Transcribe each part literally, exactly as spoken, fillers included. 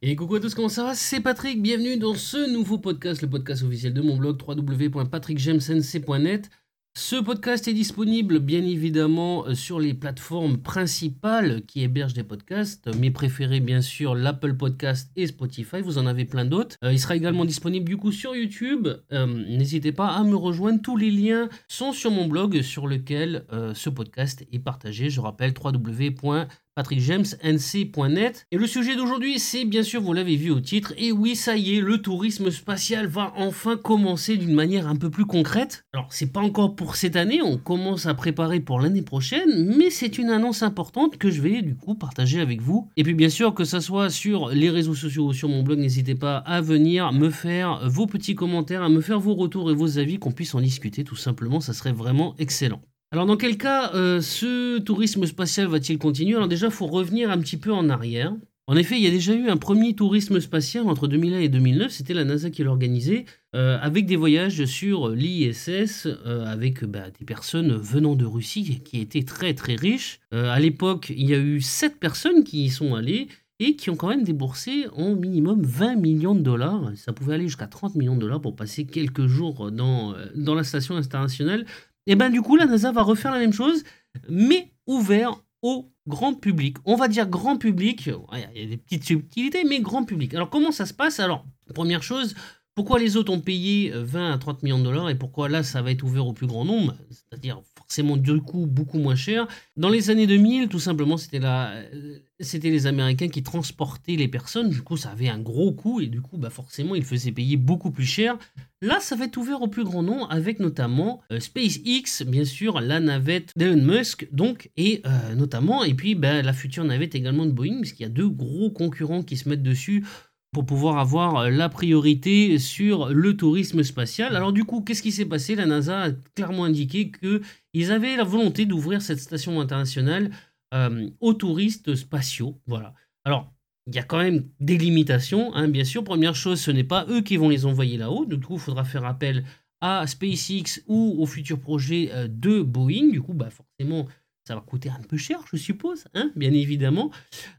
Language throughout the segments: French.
Et coucou à tous, comment ça va? C'est Patrick, bienvenue dans ce nouveau podcast, le podcast officiel de mon blog w w w point patrick james n c point net. Ce podcast est disponible bien évidemment euh, sur les plateformes principales qui hébergent des podcasts. Mes préférés bien sûr l'Apple Podcast et Spotify, vous en avez plein d'autres. Euh, il sera également disponible du coup sur YouTube. Euh, n'hésitez pas à me rejoindre, tous les liens sont sur mon blog sur lequel euh, ce podcast est partagé. Je rappelle w w w point patrick james n c point net. Et le sujet d'aujourd'hui, c'est bien sûr, vous l'avez vu au titre, et oui, ça y est, le tourisme spatial va enfin commencer d'une manière un peu plus concrète. Alors, c'est pas encore pour cette année, on commence à préparer pour l'année prochaine, mais c'est une annonce importante que je vais du coup partager avec vous. Et puis bien sûr, que ça soit sur les réseaux sociaux ou sur mon blog, n'hésitez pas à venir me faire vos petits commentaires, à me faire vos retours et vos avis, qu'on puisse en discuter tout simplement, ça serait vraiment excellent. Alors dans quel cas euh, ce tourisme spatial va-t-il continuer? Alors déjà, il faut revenir un petit peu en arrière. En effet, il y a déjà eu un premier tourisme spatial entre deux mille un et deux mille neuf, c'était la NASA qui l'organisait, euh, avec des voyages sur l'I S S, euh, avec bah, des personnes venant de Russie qui étaient très très riches. Euh, à l'époque, il y a eu sept personnes qui y sont allées et qui ont quand même déboursé en minimum vingt millions de dollars. Ça pouvait aller jusqu'à trente millions de dollars pour passer quelques jours dans, dans la station internationale. Et ben du coup, la NASA va refaire la même chose, mais ouvert au grand public. On va dire grand public, il y a des petites subtilités, mais grand public. Alors comment ça se passe? Alors, première chose, pourquoi les autres ont payé vingt à trente millions de dollars et pourquoi là ça va être ouvert au plus grand nombre? C'est-à-dire forcément du coup beaucoup moins cher. Dans les années deux mille, tout simplement, c'était la... c'était les Américains qui transportaient les personnes. Du coup, ça avait un gros coût et du coup, bah forcément, ils faisaient payer beaucoup plus cher. Là, ça va être ouvert au plus grand nombre avec notamment euh, SpaceX, bien sûr, la navette d'Elon Musk, donc, et euh, notamment, et puis bah, la future navette également de Boeing, parce qu'il y a deux gros concurrents qui se mettent dessus pour pouvoir avoir la priorité sur le tourisme spatial. Alors du coup, qu'est-ce qui s'est passé? La NASA a clairement indiqué qu'ils avaient la volonté d'ouvrir cette station internationale euh, aux touristes spatiaux. Voilà. Alors, il y a quand même des limitations, hein, bien sûr. Première chose, ce n'est pas eux qui vont les envoyer là-haut. Du coup, il faudra faire appel à SpaceX ou au futur projet euh, de Boeing. Du coup, bah, forcément, ça va coûter un peu cher, je suppose, hein, bien évidemment.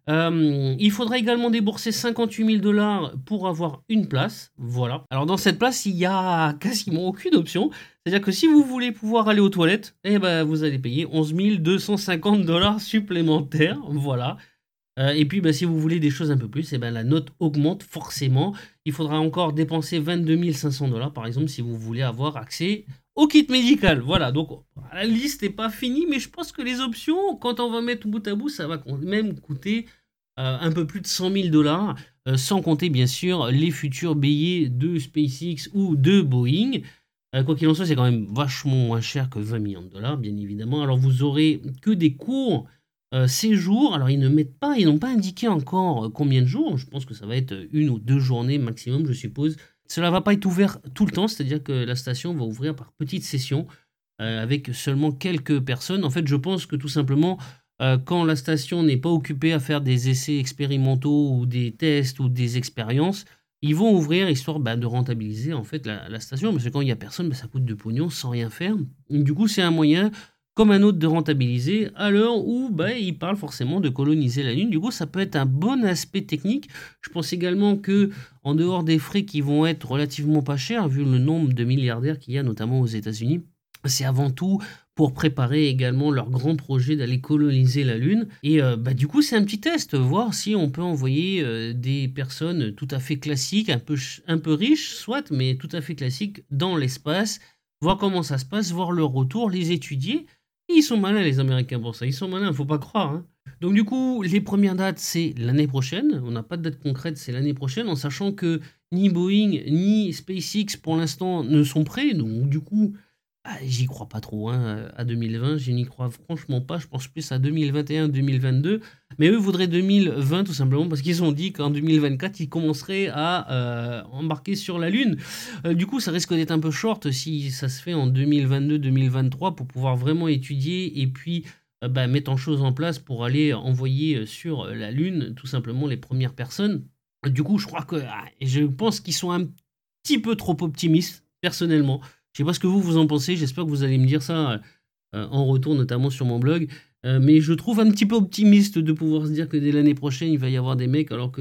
Euh, il faudra également débourser cinquante-huit mille dollars pour avoir une place. Voilà. Alors, dans cette place, il n'y a quasiment aucune option. C'est-à-dire que si vous voulez pouvoir aller aux toilettes, eh ben, vous allez payer onze mille deux cent cinquante dollars supplémentaires. Voilà. Euh, et puis, bah, si vous voulez des choses un peu plus, eh ben, la note augmente forcément. Il faudra encore dépenser vingt-deux mille cinq cents dollars, par exemple, si vous voulez avoir accès au kit médical. Voilà, donc la liste n'est pas finie, mais je pense que les options, quand on va mettre bout à bout, ça va même coûter euh, un peu plus de cent mille dollars, euh, sans compter bien sûr les futurs billets de SpaceX ou de Boeing. Euh, quoi qu'il en soit, c'est quand même vachement moins cher que vingt millions de dollars, bien évidemment. Alors vous aurez que des cours euh, séjours. Alors ils ne mettent pas, ils n'ont pas indiqué encore combien de jours. Je pense que ça va être une ou deux journées maximum, je suppose. Cela ne va pas être ouvert tout le temps, c'est-à-dire que la station va ouvrir par petites sessions euh, avec seulement quelques personnes. En fait, je pense que tout simplement, euh, quand la station n'est pas occupée à faire des essais expérimentaux ou des tests ou des expériences, ils vont ouvrir histoire bah, de rentabiliser en fait la, la station, parce que quand il n'y a personne, bah, ça coûte de pognon sans rien faire. Et du coup, c'est un moyen comme un autre de rentabiliser à l'heure où bah, ils parlent forcément de coloniser la Lune. Du coup, ça peut être un bon aspect technique. Je pense également que en dehors des frais qui vont être relativement pas chers, vu le nombre de milliardaires qu'il y a notamment aux États-Unis, c'est avant tout pour préparer également leur grand projet d'aller coloniser la Lune. Et euh, bah, du coup, c'est un petit test, voir si on peut envoyer euh, des personnes tout à fait classiques, un peu, un peu riches, soit, mais tout à fait classiques dans l'espace, voir comment ça se passe, voir leur retour, les étudier. Et ils sont malins, les Américains, pour ça. Ils sont malins, faut pas croire. Hein. Donc du coup, les premières dates, c'est l'année prochaine. On n'a pas de date concrète, c'est l'année prochaine, en sachant que ni Boeing, ni SpaceX, pour l'instant, ne sont prêts. Donc du coup... Ah, j'y crois pas trop hein, à deux mille vingt, je n'y crois franchement pas, je pense plus à deux mille vingt et un, deux mille vingt-deux, mais eux voudraient deux mille vingt tout simplement parce qu'ils ont dit qu'en deux mille vingt-quatre ils commenceraient à euh, embarquer sur la Lune. Euh, du coup ça risque d'être un peu short si ça se fait en deux mille vingt-deux, deux mille vingt-trois pour pouvoir vraiment étudier et puis euh, bah, mettre en chose en place pour aller envoyer sur la Lune tout simplement les premières personnes. Du coup je crois que, ah, je pense qu'ils sont un petit peu trop optimistes personnellement. Je sais pas ce que vous, vous en pensez, j'espère que vous allez me dire ça euh, en retour, notamment sur mon blog. Euh, mais je trouve un petit peu optimiste de pouvoir se dire que dès l'année prochaine, il va y avoir des mecs, alors que les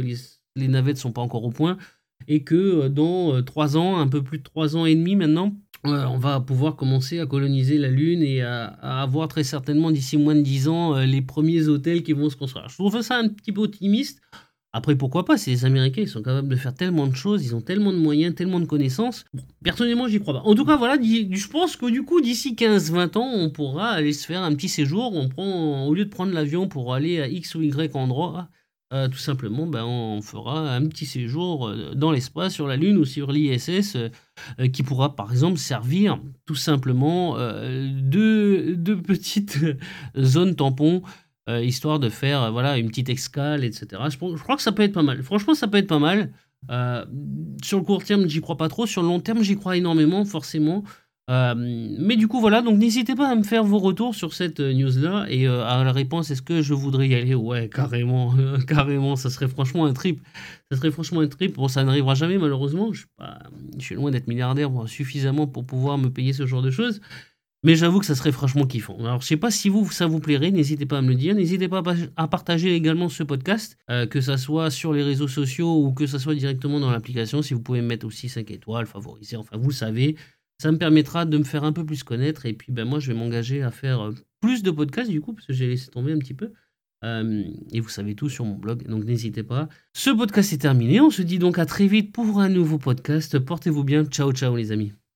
les navettes sont pas encore au point, et que dans trois ans, un peu plus de trois ans et demi maintenant, euh, on va pouvoir commencer à coloniser la Lune et à, à avoir très certainement d'ici moins de dix ans euh, les premiers hôtels qui vont se construire. Je trouve ça un petit peu optimiste. Après, pourquoi pas, c'est les Américains, ils sont capables de faire tellement de choses, ils ont tellement de moyens, tellement de connaissances. Bon, personnellement, j'y crois pas. En tout cas, voilà, je pense que du coup, d'ici quinze vingt ans, on pourra aller se faire un petit séjour. On prend, au lieu de prendre l'avion pour aller à X ou Y endroit, euh, tout simplement, ben, on fera un petit séjour dans l'espace, sur la Lune ou sur l'I S S, euh, qui pourra, par exemple, servir tout simplement euh, de, de petites zones tampons. Euh, histoire de faire euh, voilà, une petite escale, et cetera. Je, je crois que ça peut être pas mal. Franchement, ça peut être pas mal. Euh, sur le court terme, j'y crois pas trop. Sur le long terme, j'y crois énormément, forcément. Euh, mais du coup, voilà. Donc, n'hésitez pas à me faire vos retours sur cette euh, news-là. Et euh, à la réponse, est-ce que je voudrais y aller? Ouais, carrément. Carrément. Ça serait franchement un trip. Ça serait franchement un trip. Bon, ça n'arrivera jamais, malheureusement. Je suis, pas, je suis loin d'être milliardaire bon, suffisamment pour pouvoir me payer ce genre de choses. Mais j'avoue que ça serait franchement kiffant. Alors, je sais pas si vous, ça vous plairait, n'hésitez pas à me le dire. N'hésitez pas à partager également ce podcast, euh, que ça soit sur les réseaux sociaux ou que ça soit directement dans l'application. Si vous pouvez me mettre aussi cinq étoiles, favoriser, enfin, vous le savez. Ça me permettra de me faire un peu plus connaître. Et puis, ben, moi, je vais m'engager à faire plus de podcasts, du coup, parce que j'ai laissé tomber un petit peu. Euh, et vous savez tout sur mon blog, donc n'hésitez pas. Ce podcast est terminé. On se dit donc à très vite pour un nouveau podcast. Portez-vous bien. Ciao, ciao, les amis.